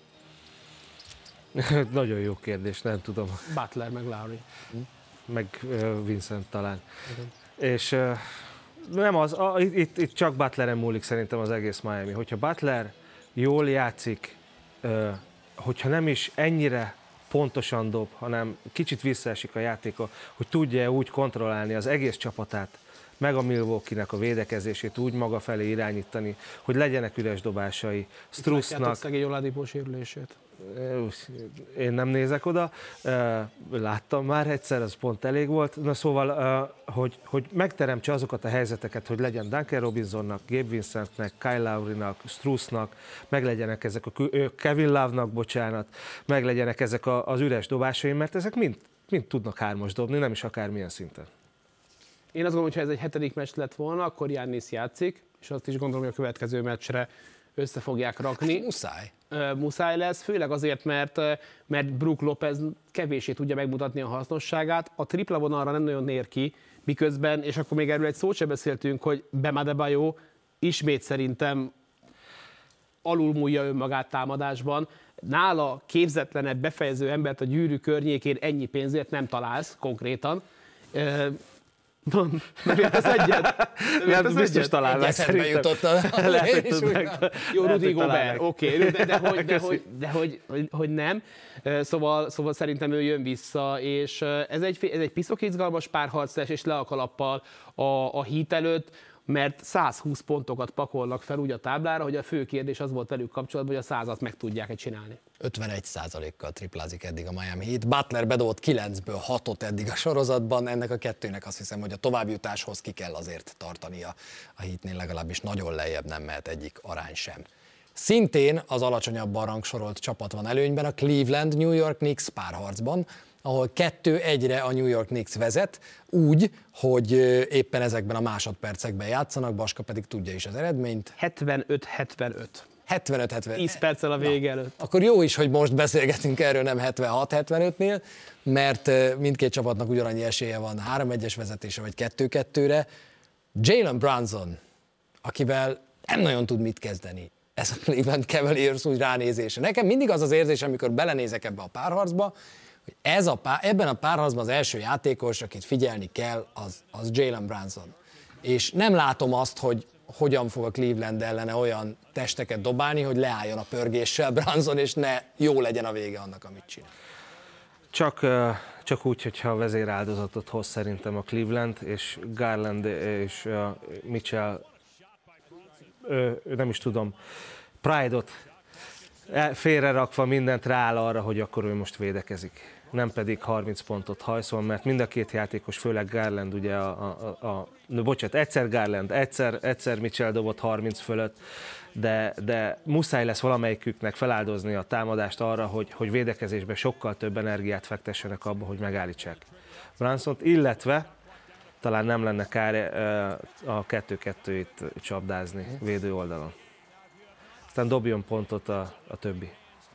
Nagyon jó kérdés, nem tudom. Butler meg Lowry. Hm? Meg uh, Vincent talán. Igen. És uh, nem az, a, itt, itt csak Butleren múlik szerintem az egész Miami. Hogyha Butler jól játszik, uh, hogyha nem is ennyire pontosan dob, hanem kicsit visszaesik a játéka, hogy tudja úgy kontrollálni az egész csapatát, meg a Milwaukee-nek a védekezését úgy maga felé irányítani, hogy legyenek üres dobásai. Strussnak... Látjátok szegény Oladipo sérülését? Én nem nézek oda, láttam már egyszer, az pont elég volt. Na szóval, hogy, hogy megteremtse azokat a helyzeteket, hogy legyen Duncan Robinsonnak, Gabe Vincentnek, Kyle Lowrynak, Strussnak, meglegyenek ezek a Kevin Love-nak, bocsánat, meglegyenek ezek az üres dobásai, mert ezek mind, mind tudnak hármas dobni, nem is akármilyen szinten. Én azt gondolom, hogy ha ez egy hetedik meccs lett volna, akkor Giannis játszik, és azt is gondolom, hogy a következő meccsre össze fogják rakni. Hát muszáj. Uh, muszáj lesz, főleg azért, mert, mert Brook Lopez kevéssé tudja megmutatni a hasznosságát. A tripla vonalra nem nagyon nér ki, miközben, és akkor még erről egy szót sem beszéltünk, hogy Bam Adebayo ismét szerintem alulmúlja önmagát támadásban. Nála képzetlenebb befejező embert a gyűrű környékén ennyi pénzért nem találsz konkrétan. Uh, Nem, nem értesz egyet? Nem, nem biztos találnak szerintem. Jutott a... Jó, Rudy Gobert, oké, okay, de, de, hogy, de, hogy, de hogy, hogy, hogy nem. Szóval, szóval szerintem ő jön vissza, és ez egy, ez egy piszok izgalmas párharc lesz, és le a kalappal a, a Heat előtt, mert százhúsz pontokat pakolnak fel úgy a táblára, hogy a fő kérdés az volt velük kapcsolatban, hogy a százat meg tudják-e csinálni. ötvenegy százalékkal triplázik eddig a Miami Heat. Butler bedobott kilencből hatot eddig a sorozatban, ennek a kettőnek azt hiszem, hogy a továbbjutáshoz ki kell azért tartania a Heatnél, legalábbis nagyon lejjebb nem mehet egyik arány sem. Szintén az alacsonyabban rangsorolt csapat van előnyben, a Cleveland New York Knicks párharcban. ahol kettő egyre a New York Knicks vezet, úgy, hogy éppen ezekben a másodpercekben játszanak, Baska pedig tudja is az eredményt. hetvenöt hetvenöt. hetvenöt hetvenöt. tíz perccel a vége előtt. Akkor jó is, hogy most beszélgetünk erről, nem hetvenhat hetvenötnél, mert mindkét csapatnak ugyanannyi esélye van három egyes vezetése, vagy kettő kettőre. Jalen Brunson, akivel nem nagyon tud mit kezdeni ez a Cleveland Cavaliers úgy ránézése. Nekem mindig az az érzés, amikor belenézek ebbe a párharcba, hogy ez a pár, ebben a párharcban az első játékos, akit figyelni kell, az, az Jalen Brunson. És nem látom azt, hogy hogyan fog a Cleveland ellene olyan testeket dobálni, hogy leálljon a pörgéssel Brunson, és ne jó legyen a vége annak, amit csinál. Csak, csak úgy, hogyha a vezéráldozatot hoz szerintem a Cleveland, és Garland és Mitchell, ő, nem is tudom, Pride-ot félrerakva mindent rááll arra, hogy akkor ő most védekezik. Nem pedig harminc pontot hajszol, mert mind a két játékos, főleg Garland, ugye a, a, a, a bocsánat, egyszer Garland, egyszer, egyszer Mitchell dobott harminc fölött, de, de muszáj lesz valamelyiküknek feláldozni a támadást arra, hogy, hogy védekezésbe sokkal több energiát fektessenek abba, hogy megállítsák Brunsont, illetve talán nem lenne kár a kettő-kettőt csapdázni védő oldalon. Aztán dobjon pontot a, a többi.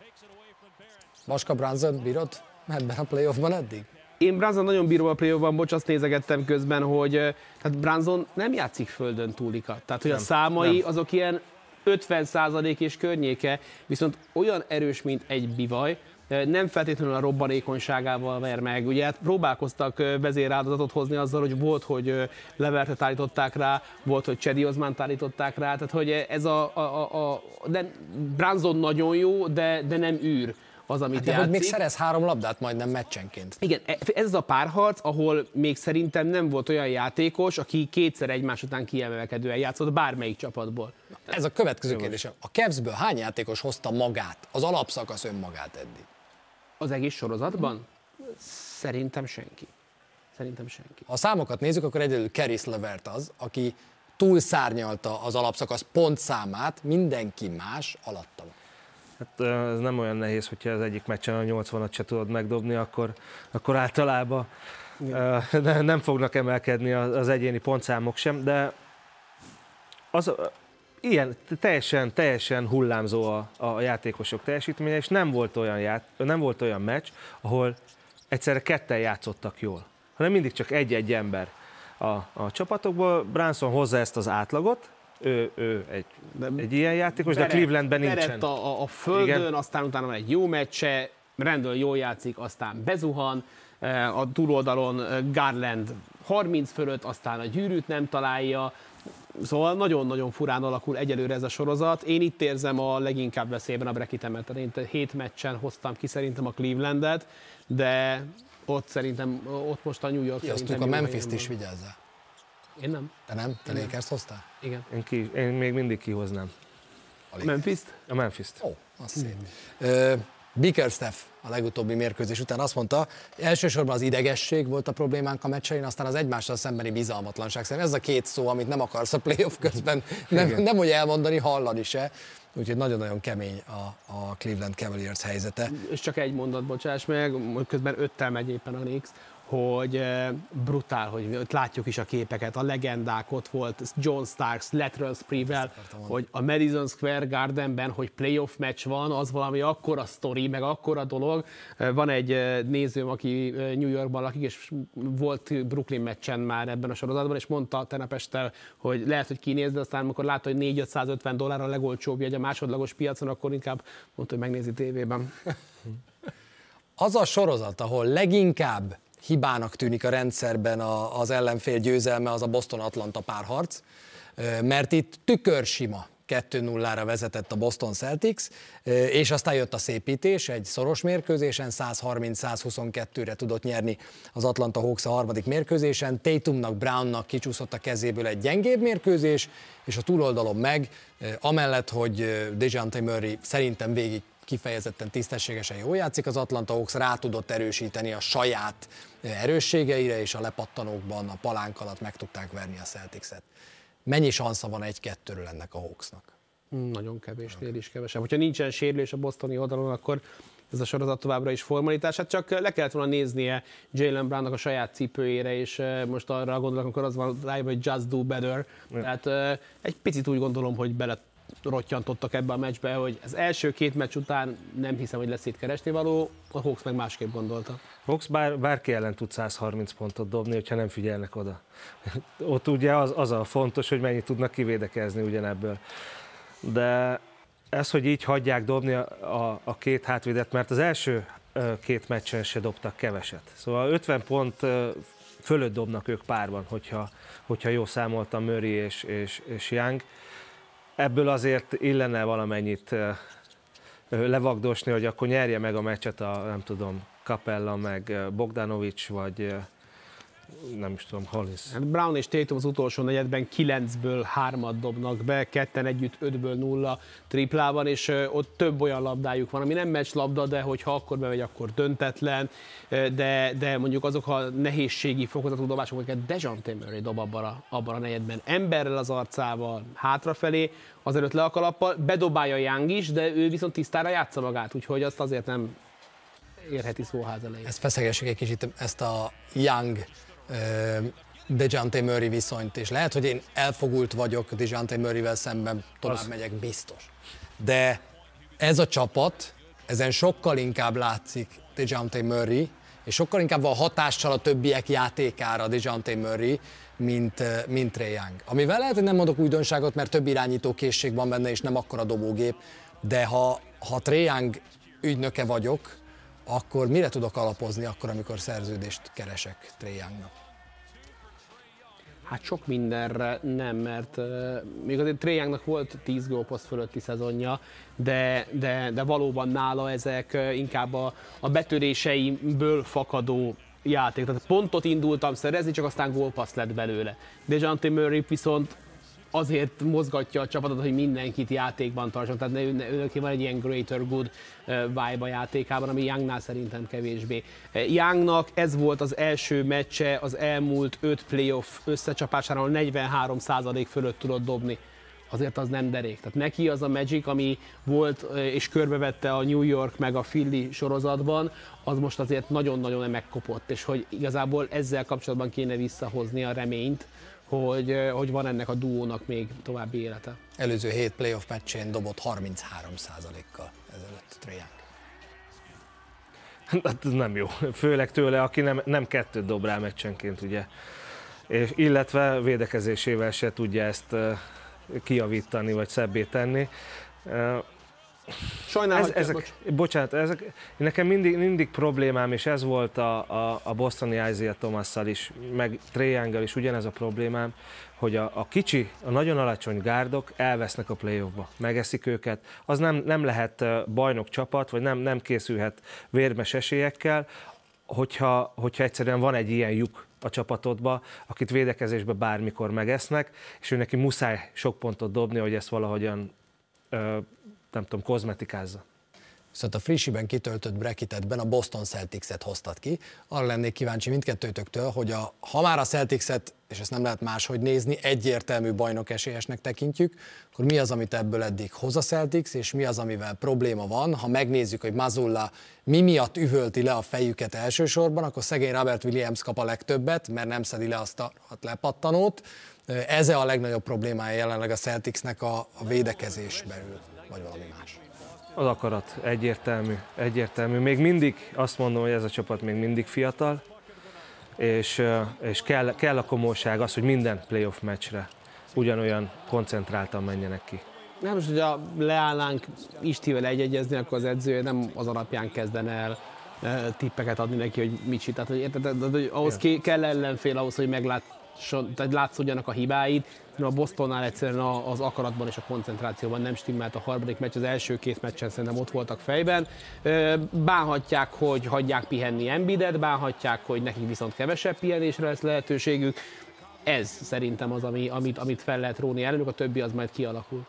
Baska, Brunson bírod ebben a playoffban eddig? Én Brunson nagyon bírom a playoffban, bocs, azt nézegettem közben, hogy tehát Brunson nem játszik földön túlikat. Tehát, hogy nem, a számai nem. azok ilyen ötven százalék és környéke, viszont olyan erős, mint egy bivaj, nem feltétlenül a robbanékonyságával ver meg. Ugye hát próbálkoztak vezéráldozatot hozni azzal, hogy volt, hogy Levertet állították rá, volt, hogy Cedi Osmant állították rá, tehát hogy ez a, a, a, a de Brunson nagyon jó, de, de nem űr az, amit hát de játszik. Hogy még szerez három labdát majdnem meccsenként. Igen, ez az a párharc, ahol még szerintem nem volt olyan játékos, aki kétszer egymás után kiemelkedően játszott bármelyik csapatból. Ez a következő kérdésem. A Cavsből hány játékos hozta magát, az alapszakasz önmagát eddig? Az egész sorozatban? Szerintem senki. Szerintem senki. Ha a számokat nézzük, akkor egyedül Caris LeVert az, aki túlszárnyalta az alapszakasz pontszámát, mindenki más alatta van. Hát ez nem olyan nehéz, hogyha az egyik meccsen a nyolcvanat se tudod megdobni, akkor, akkor általában uh, nem fognak emelkedni az egyéni pontszámok sem, de az, ilyen teljesen, teljesen hullámzó a, a játékosok teljesítménye, és nem volt, olyan ját, nem volt olyan meccs, ahol egyszerre ketten játszottak jól, hanem mindig csak egy-egy ember a, a csapatokból. Brunson hozza ezt az átlagot, ő, ő egy, egy ilyen játékos, de Clevelandben nincsen. A, a földön, igen. Aztán utána egy jó meccse, Randall jól játszik, aztán bezuhan, a túloldalon Garland harminc fölött, aztán a gyűrűt nem találja, szóval nagyon-nagyon furán alakul egyelőre ez a sorozat. Én itt érzem a leginkább veszélyben a brekitemet. Én hét meccsen hoztam ki szerintem a Clevelandet, de ott szerintem, ott most a New York Ki szerintem... a Memphis-t is, vigyázzál. Én nem. Te nem? Te Lakers-t hoztál? Igen. Én, ki, én még mindig kihoznám. A Memphis-t? A Memphis-t. Ó, az szép. Ö, Bickerstaff a legutóbbi mérkőzés után azt mondta, elsősorban az idegesség volt a problémánk a meccsein, aztán az egymással szembeni bizalmatlanság. Szerintem ez a két szó, amit nem akarsz a playoff közben nem, nem hogy elmondani, hallani se. Úgyhogy nagyon-nagyon kemény a, a Cleveland Cavaliers helyzete. És csak egy mondat, bocsáss meg, közben öttel megy éppen a Knicks, hogy brutál, hogy ott látjuk is a képeket, a legendák ott volt, John Starks, Lateral Sprewell, hogy a Madison Square Gardenben, hogy playoff meccs van, az valami akkora sztori, meg akkora dolog. Van egy nézőm, aki New Yorkban lakik, és volt Brooklyn meccsen már ebben a sorozatban, és mondta tegnap este, hogy lehet, hogy kinéz, de aztán amikor látta, hogy négy-ötszázötven dollár a legolcsóbb jegy a másodlagos piacon, akkor inkább mondta, hogy megnézi tévében. Az a sorozat, ahol leginkább hibának tűnik a rendszerben az ellenfél győzelme, az a Boston-Atlanta párharc, mert itt tükörsima kettő nullára vezetett a Boston Celtics, és aztán jött a szépítés, egy szoros mérkőzésen, száz harminc száz huszonkettőre tudott nyerni az Atlanta Hawks a harmadik mérkőzésen, Tatumnak, Brownnak kicsúszott a kezéből egy gyengébb mérkőzés, és a túloldalon meg, amellett, hogy DeJounte Murray szerintem végig kifejezetten tisztességesen jól játszik, az Atlanta Hawks rá tudott erősíteni a saját erősségeire, és a lepattanókban a palánk alatt meg tudták verni a Celticset. Mennyi sansza van egy-kettőről ennek a Hawksnak? Nagyon kevésnél is kevesebb. Hogyha nincsen sérülés a bostoni oldalon, akkor ez a sorozat továbbra is formalitását, csak le kellett volna néznie Jaylen Brownnak a saját cipőjére, és most arra gondolok, amikor az van rájön, hogy just do better. Ja. Tehát egy picit úgy gondolom, hogy bele rottyantottak ebbe a meccsbe, hogy az első két meccs után nem hiszem, hogy lesz itt keresni való, a Hawks meg másképp gondolta. Hawks bár, bárki ellen tud száz harminc pontot dobni, hogyha nem figyelnek oda. Ott ugye az, az a fontos, hogy mennyit tudnak kivédekezni ugyanebből. De ez, hogy így hagyják dobni a, a, a két hátvédet, mert az első két meccsen se dobtak keveset. Szóval ötven pont fölött dobnak ők párban, hogyha, hogyha jól számoltam Murray és, és, és Young. Ebből azért illene valamennyit levagdosni, hogy akkor nyerje meg a meccset a, nem tudom, Capella, meg Bogdanovics, vagy nem is tudom, Hollis. Brown és Tatum az utolsó negyedben kilencből hármat dobnak be, ketten együtt ötből nulla triplában, és ott több olyan labdájuk van, ami nem meccs labda, de hogyha akkor bemegy, akkor döntetlen, de, de mondjuk azok a nehézségi fokozatú dobások, amiket Dejounte Murray dob abban a, abban a negyedben, emberrel az arcával, hátrafelé, azelőtt le a kalappal, bedobálja Young is, de ő viszont tisztára játsza magát, úgyhogy azt azért nem érheti szóház elején. Ezt feszegessük egy kicsit, ezt a Young Dejounte Murray viszonyt, és lehet, hogy én elfogult vagyok Dejounte Murrayvel szemben, tovább az... megyek biztos. De ez a csapat, ezen sokkal inkább látszik Dejounte Murray, és sokkal inkább van hatással a többiek játékára Dejounte Murray, mint, mint Trae Young. Amivel lehet, hogy nem mondok újdonságot, mert több irányító készség van benne, és nem akkora dobógép, de ha, ha Trae Young ügynöke vagyok, akkor mire tudok alapozni akkor, amikor szerződést keresek Trae Youngnak? Hát sok mindenre nem, mert uh, még azért Trae Youngnak volt tíz gólpassz fölötti szezonja, de, de, de valóban nála ezek uh, inkább a, a betöréseimből fakadó játék. Tehát pontot indultam szerezni, csak aztán gólpassz lett belőle. Dejounte Murray viszont azért mozgatja a csapatot, hogy mindenkit játékban tartson, tehát őnek van egy ilyen greater good vibe a játékában, ami Youngnál szerintem kevésbé. Youngnak ez volt az első meccse az elmúlt öt playoff összecsapására, ahol negyvenhárom százalék fölött tudott dobni. Azért az nem derék. Tehát neki az a Magic, ami volt és körbevette a New York meg a Philly sorozatban, az most azért nagyon-nagyon megkopott, és hogy igazából ezzel kapcsolatban kéne visszahozni a reményt, Hogy, hogy van ennek a duónak még további élete. Előző hét playoff meccsén dobott harminchárom százalékkal ezelőtt Trae Young. Hát ez nem jó. Főleg tőle, aki nem, nem kettőt dob rá meccsenként, ugye. És illetve védekezésével se tudja ezt kijavítani, vagy szebbé tenni. Sajnálhatja, ez, ezek, bocs. Bocsánat, ezek, nekem mindig, mindig problémám, és ez volt a, a, a bostoni Isaiah Thomasszal is, meg Trae Younggal is ugyanez a problémám, hogy a, a kicsi, a nagyon alacsony gárdok elvesznek a playoffba, megeszik őket. Az nem, nem lehet bajnok csapat, vagy nem, nem készülhet vérmes esélyekkel, hogyha, hogyha egyszerűen van egy ilyen lyuk a csapatodba, akit védekezésbe bármikor megesznek, és ő neki muszáj sok pontot dobni, hogy ezt valahogyan ö, nem tudom, kozmetikázza. Viszont a frissiben kitöltött bracketetben a Boston Celtics-et hoztad ki. Arra lennék kíváncsi mindkettőtöktől, hogy a, ha már a Celtics-et, és ezt nem lehet máshogy nézni, egyértelmű bajnok esélyesnek tekintjük, akkor mi az, amit ebből eddig hoz a Celtics, és mi az, amivel probléma van. Ha megnézzük, hogy Mazzulla mi miatt üvölti le a fejüket elsősorban, akkor szegény Robert Williams kap a legtöbbet, mert nem szedi le azt a lepattanót. Ez a legnagyobb problémája jelenleg a Celticsnek a, a védekezés belül, vagy valami más? Az akarat egyértelmű, egyértelmű. Még mindig azt mondom, hogy ez a csapat még mindig fiatal, és, és kell, kell a komolyság az, hogy minden playoff meccsre ugyanolyan koncentráltan menjenek ki. Nem most, hogyha leállnánk Istivel egyegyezni, akkor az edző nem az alapján kezdene el tippeket adni neki, hogy mit csinál. Tehát, hogy, érted, hogy ahhoz ja. kell ellenfél ahhoz, hogy meglátszon, tehát látszódjanak a hibáid. A Bostonnál egyszerűen az akaratban és a koncentrációban nem stimmelt a harmadik meccs, az első két meccsen szerintem ott voltak fejben. Bánhatják, hogy hagyják pihenni Embiidet, bánhatják, hogy nekik viszont kevesebb pihenésre lesz lehetőségük. Ez szerintem az, ami, amit, amit fel lehet róni ellenük, a többi az majd kialakul.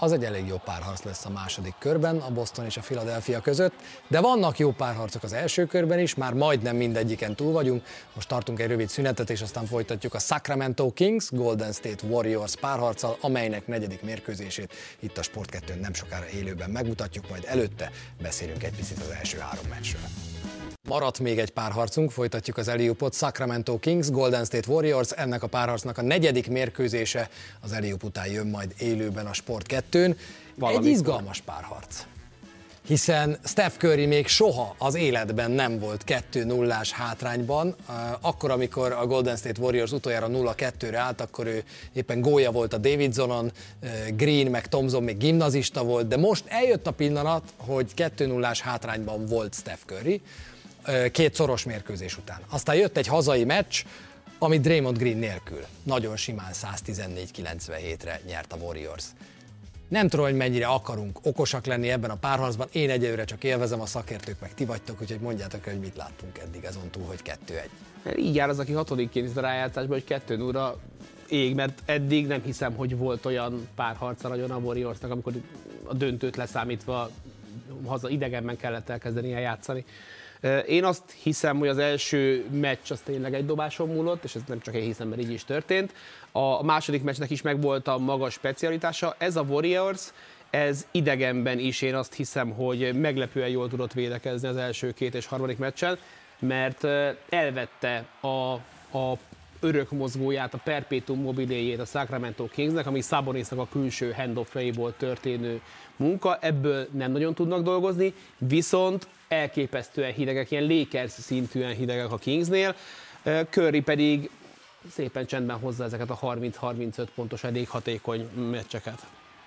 az egy elég jó párharc lesz a második körben, a Boston és a Philadelphia között, de vannak jó párharcok az első körben is, már majdnem mindegyiken túl vagyunk, most tartunk egy rövid szünetet, és aztán folytatjuk a Sacramento Kings Golden State Warriors párharccal, amelynek negyedik mérkőzését itt a Sport kettőn nem sokára élőben megmutatjuk, majd előtte beszélünk egy picit az első három meccsről. Maradt még egy párharcunk, folytatjuk az Alley-oopot, Sacramento Kings, Golden State Warriors, ennek a párharcnak a negyedik mérkőzése az Alley-oop után jön majd élőben a Sport kettőn. Egy izgalmas párharc, hiszen Steph Curry még soha az életben nem volt kettő nullás hátrányban. Akkor, amikor a Golden State Warriors utoljára nulla kettőre állt, akkor ő éppen gólya volt a Davidsonon, Green meg Thompson még gimnazista volt, de most eljött a pillanat, hogy kettő nullás hátrányban volt Steph Curry, két szoros mérkőzés után. Aztán jött egy hazai meccs, amit Draymond Green nélkül nagyon simán száztizennégy kilencvenhétre nyert a Warriors. Nem tudom, hogy mennyire akarunk okosak lenni ebben a párharcban, én egyelőre csak élvezem, a szakértők meg ti vagytok, úgyhogy mondjátok el, hogy mit láttunk eddig azon túl, hogy kettő egy. Így jár az, aki hatodikként is a rájátszásban, hogy kettő nulla ég, mert eddig nem hiszem, hogy volt olyan párharca nagyon a Warriorsnak, amikor a döntőt leszámítva haza idegenben kellett elkezdeni játszani. Én azt hiszem, hogy az első meccs az tényleg egy dobáson múlott, és ez nem csak én hiszem, mert így is történt. A második meccsnek is megvolt a maga specialitása. Ez a Warriors, ez idegenben is én azt hiszem, hogy meglepően jól tudott védekezni az első két és harmadik meccsen, mert elvette a, a örök mozgóját, a perpetuum mobiléjét a Sacramento Kingsnek, ami Sabonisnak a külső handoffjaiból történő munka, ebből nem nagyon tudnak dolgozni, viszont elképesztően hidegek, ilyen Lakers szintűen hidegek a Kingsnél, Curry pedig szépen csendben hozza ezeket a harminc-harmincöt pontos elég hatékony meccseket.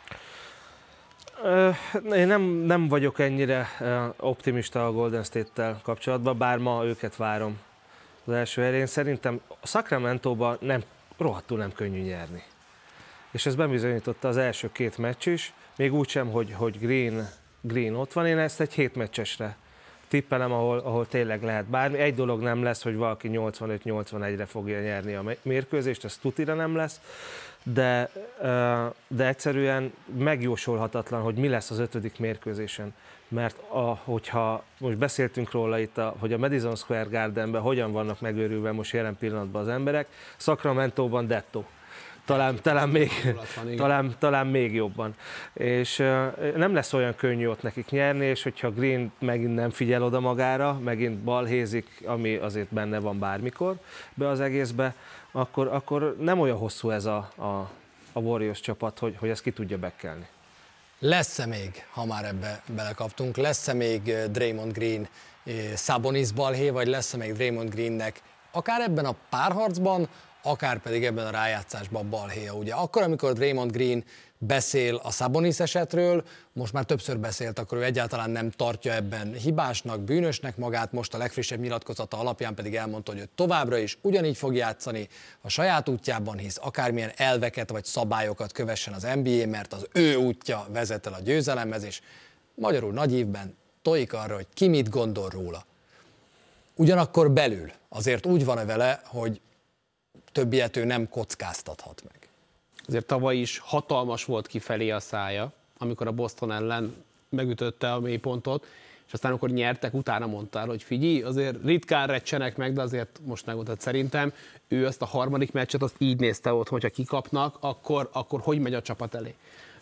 Én nem, nem vagyok ennyire optimista a Golden State-tel kapcsolatban, bár ma őket várom az első elején. Szerintem a Sacramento-ban nem, rohadtul nem könnyű nyerni. És ez bebizonyította az első két meccs is, még úgy sem, hogy, hogy Green, Green ott van, én ezt egy hét meccsesre tippelem, ahol, ahol tényleg lehet bármi. Egy dolog nem lesz, hogy valaki nyolcvanöt nyolcvanegyre fogja nyerni a mérkőzést, ez tutira nem lesz, de, de egyszerűen megjósolhatatlan, hogy mi lesz az ötödik mérkőzésen. Mert a, hogyha most beszéltünk róla itt, a, hogy a Madison Square Gardenben hogyan vannak megőrülve most jelen pillanatban az emberek, Sacramento-ban dettó. Talán, talán, még, talán, talán még jobban. És uh, nem lesz olyan könnyű ott nekik nyerni, és hogyha Green megint nem figyel oda magára, megint balhézik, ami azért benne van bármikor be az egészbe, akkor, akkor nem olyan hosszú ez a, a, a Warriors csapat, hogy, hogy ezt ki tudja bekkelni. Lesz-e még, ha már ebbe belekaptunk, lesz-e még Draymond Green Sabonis balhé, vagy lesz-e még Draymond Greennek akár ebben a párharcban, akár pedig ebben a rájátszásban balhéja. Ugye akkor, amikor Draymond Green beszél a Sabonis esetről, most már többször beszélt, akkor ő egyáltalán nem tartja ebben hibásnak, bűnösnek magát, most a legfrissebb nyilatkozata alapján pedig elmondta, hogy ő továbbra is ugyanígy fog játszani a saját útjában, hisz akármilyen elveket vagy szabályokat kövessen az en bé á, mert az ő útja vezet el a győzelemhez, és magyarul nagy évben tojik arra, hogy ki mit gondol róla. Ugyanakkor belül azért úgy van vele, hogy többiet ő nem kockáztathat meg. Azért tavaly is hatalmas volt kifelé a szája, amikor a Boston ellen megütötte a mélypontot, és aztán amikor nyertek, utána mondtál, hogy figyelj, azért ritkán recsenek meg, de azért most megmondtad, szerintem ő azt a harmadik meccset azt így nézte ott, hogyha kikapnak, akkor, akkor hogy megy a csapat elé.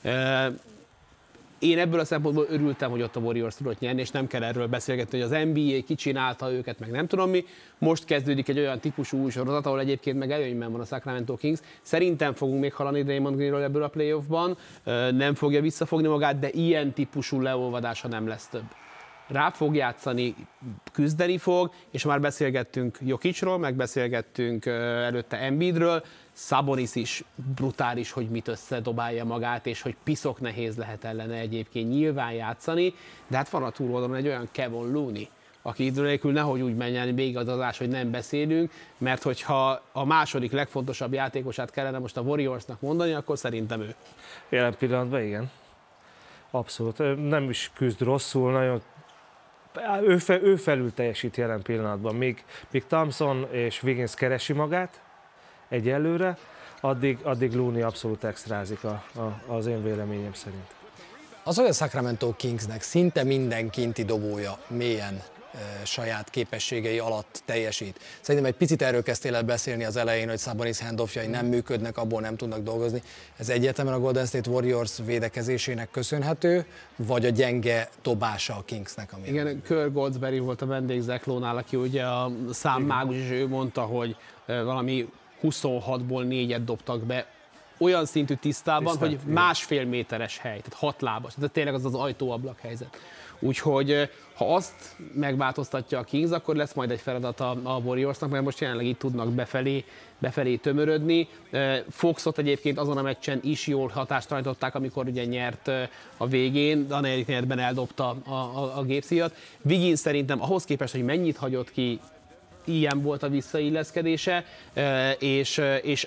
Én ebből a szempontból örültem, hogy ott a Warriors tudott nyerni, és nem kell erről beszélgetni, hogy az en bé á kicsinálta őket, meg nem tudom mi. Most kezdődik egy olyan típusú új sorozat, ahol egyébként meg előnyben van a Sacramento Kings. Szerintem fogunk még hallani Draymond Greenről ebből a playoffban, nem fogja visszafogni magát, de ilyen típusú leolvadása nem lesz több. Rá fog játszani, küzdeni fog, és már beszélgettünk Jokicról, meg beszélgettünk előtte Embiidről, Sabonis is brutális, hogy mit összedobálja magát, és hogy piszok nehéz lehet ellene egyébként nyilván játszani, de hát van a túloldalon egy olyan Kevin Looney, aki idő nélkül nehogy úgy menjen végig az adás, hogy nem beszélünk, mert hogyha a második legfontosabb játékosát kellene most a Warriorsnak mondani, akkor szerintem ő. Jelen pillanatban igen. Abszolút. Nem is küzd rosszul, nagyon ő, fe, ő felül teljesít jelen pillanatban. Míg, míg Thompson és Wiggins keresi magát egyelőre, addig, addig Looney abszolút extrázik a, a, az én véleményem szerint. Az, hogy a Sacramento Kingsnek szinte minden kinti dobója mélyen e, saját képességei alatt teljesít. Szerintem egy picit erről kezdtél el beszélni az elején, hogy Sabonis handoffjai nem működnek, abból nem tudnak dolgozni. Ez egyértelműen a Golden State Warriors védekezésének köszönhető, vagy a gyenge dobása a Kingsnek? Ami Igen, Kerr Goldsberry volt a vendég Zach Lowe-nál, aki ugye a számmágus, és ő mondta, hogy valami huszonhatból négyet dobtak be, olyan szintű tisztában, Tisztát, hogy igen. másfél méteres hely, tehát hat lábas, tehát tényleg az az ajtóablak helyzet. Úgyhogy ha azt megváltoztatja a Kings, akkor lesz majd egy feladat a, a Warriorsnak, mert most jelenleg itt tudnak befelé, befelé tömörödni. Foxot egyébként azon a meccsen is jól hatástalanították, amikor ugye nyert a végén, de a negyedik negyedben eldobta a, a, a gépszíjat. Wiggins szerintem ahhoz képest, hogy mennyit hagyott ki, ilyen volt a visszailleszkedése, és, és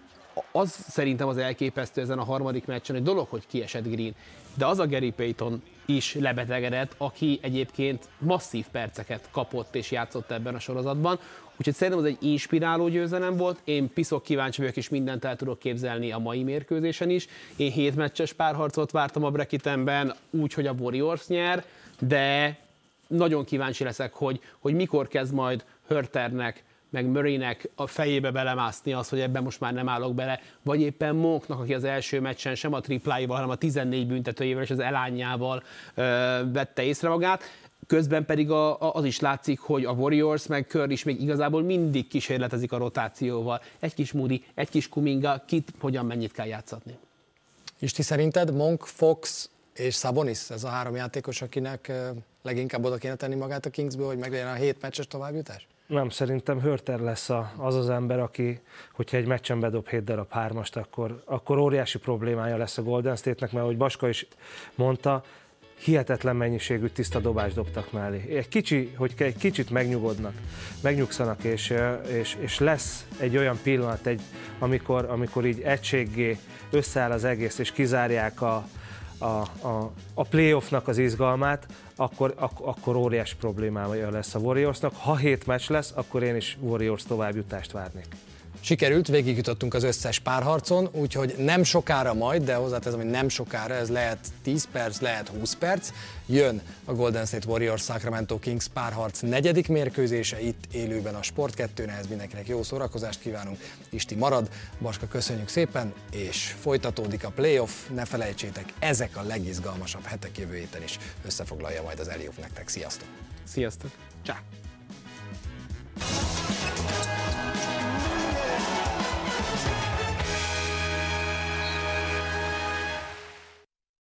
az szerintem az elképesztő ezen a harmadik meccsen, egy dolog, hogy kiesett Green, de az a Gary Payton is lebetegedett, aki egyébként masszív perceket kapott és játszott ebben a sorozatban, úgyhogy szerintem az egy inspiráló győzelem volt, én piszok kíváncsi vagyok és mindent el tudok képzelni a mai mérkőzésen is. Én hét meccses párharcot vártam a Bracketemben, úgy, hogy a Warriors nyer, de nagyon kíváncsi leszek, hogy, hogy mikor kezd majd Hurternek meg Murraynek a fejébe belemászni az, hogy ebben most már nem állok bele, vagy éppen Monknak, aki az első meccsen sem a tripláival, hanem a tizennégy büntetőjével és az elányjával ö, vette észre magát. Közben pedig a, a, az is látszik, hogy a Warriors meg Kerr is még igazából mindig kísérletezik a rotációval. Egy kis Moody, egy kis Kuminga, kit, hogyan, mennyit kell játszatni. Isti, szerinted Monk, Fox és Sabonis, ez a három játékos, akinek leginkább oda kéne tenni magát a Kingsből, hogy meglegyen a hét meccses továbbjutás? Nem, szerintem Hurter lesz a, az az ember, aki, hogyha egy meccsen bedob hét darab hármast, akkor, akkor óriási problémája lesz a Golden State-nek, mert ahogy Baska is mondta, hihetetlen mennyiségű tiszta dobást dobtak mellé. Egy kicsi, hogy egy kicsit megnyugodnak, megnyugszanak, és, és, és lesz egy olyan pillanat, egy, amikor, amikor így egységgé összeáll az egész, és kizárják a, a, a, a playoffnak az izgalmát, akkor, ak, akkor óriási problémája lesz a Warriorsnak. Ha hét meccs lesz, akkor én is Warriors továbbjutást várnék. Sikerült, végigjutottunk az összes párharcon, úgyhogy nem sokára majd, de hozzáteszem, hogy nem sokára, ez lehet tíz perc, lehet húsz perc, jön a Golden State Warriors Sacramento Kings párharc negyedik mérkőzése itt élőben a Sport kettőn, ehhez mindenkinek jó szórakozást kívánunk. Isti marad, Baska, köszönjük szépen, és folytatódik a playoff, ne felejtsétek, ezek a legizgalmasabb hetek, jövő héten is összefoglalja majd az Eliup nektek. Sziasztok! Sziasztok! Csá!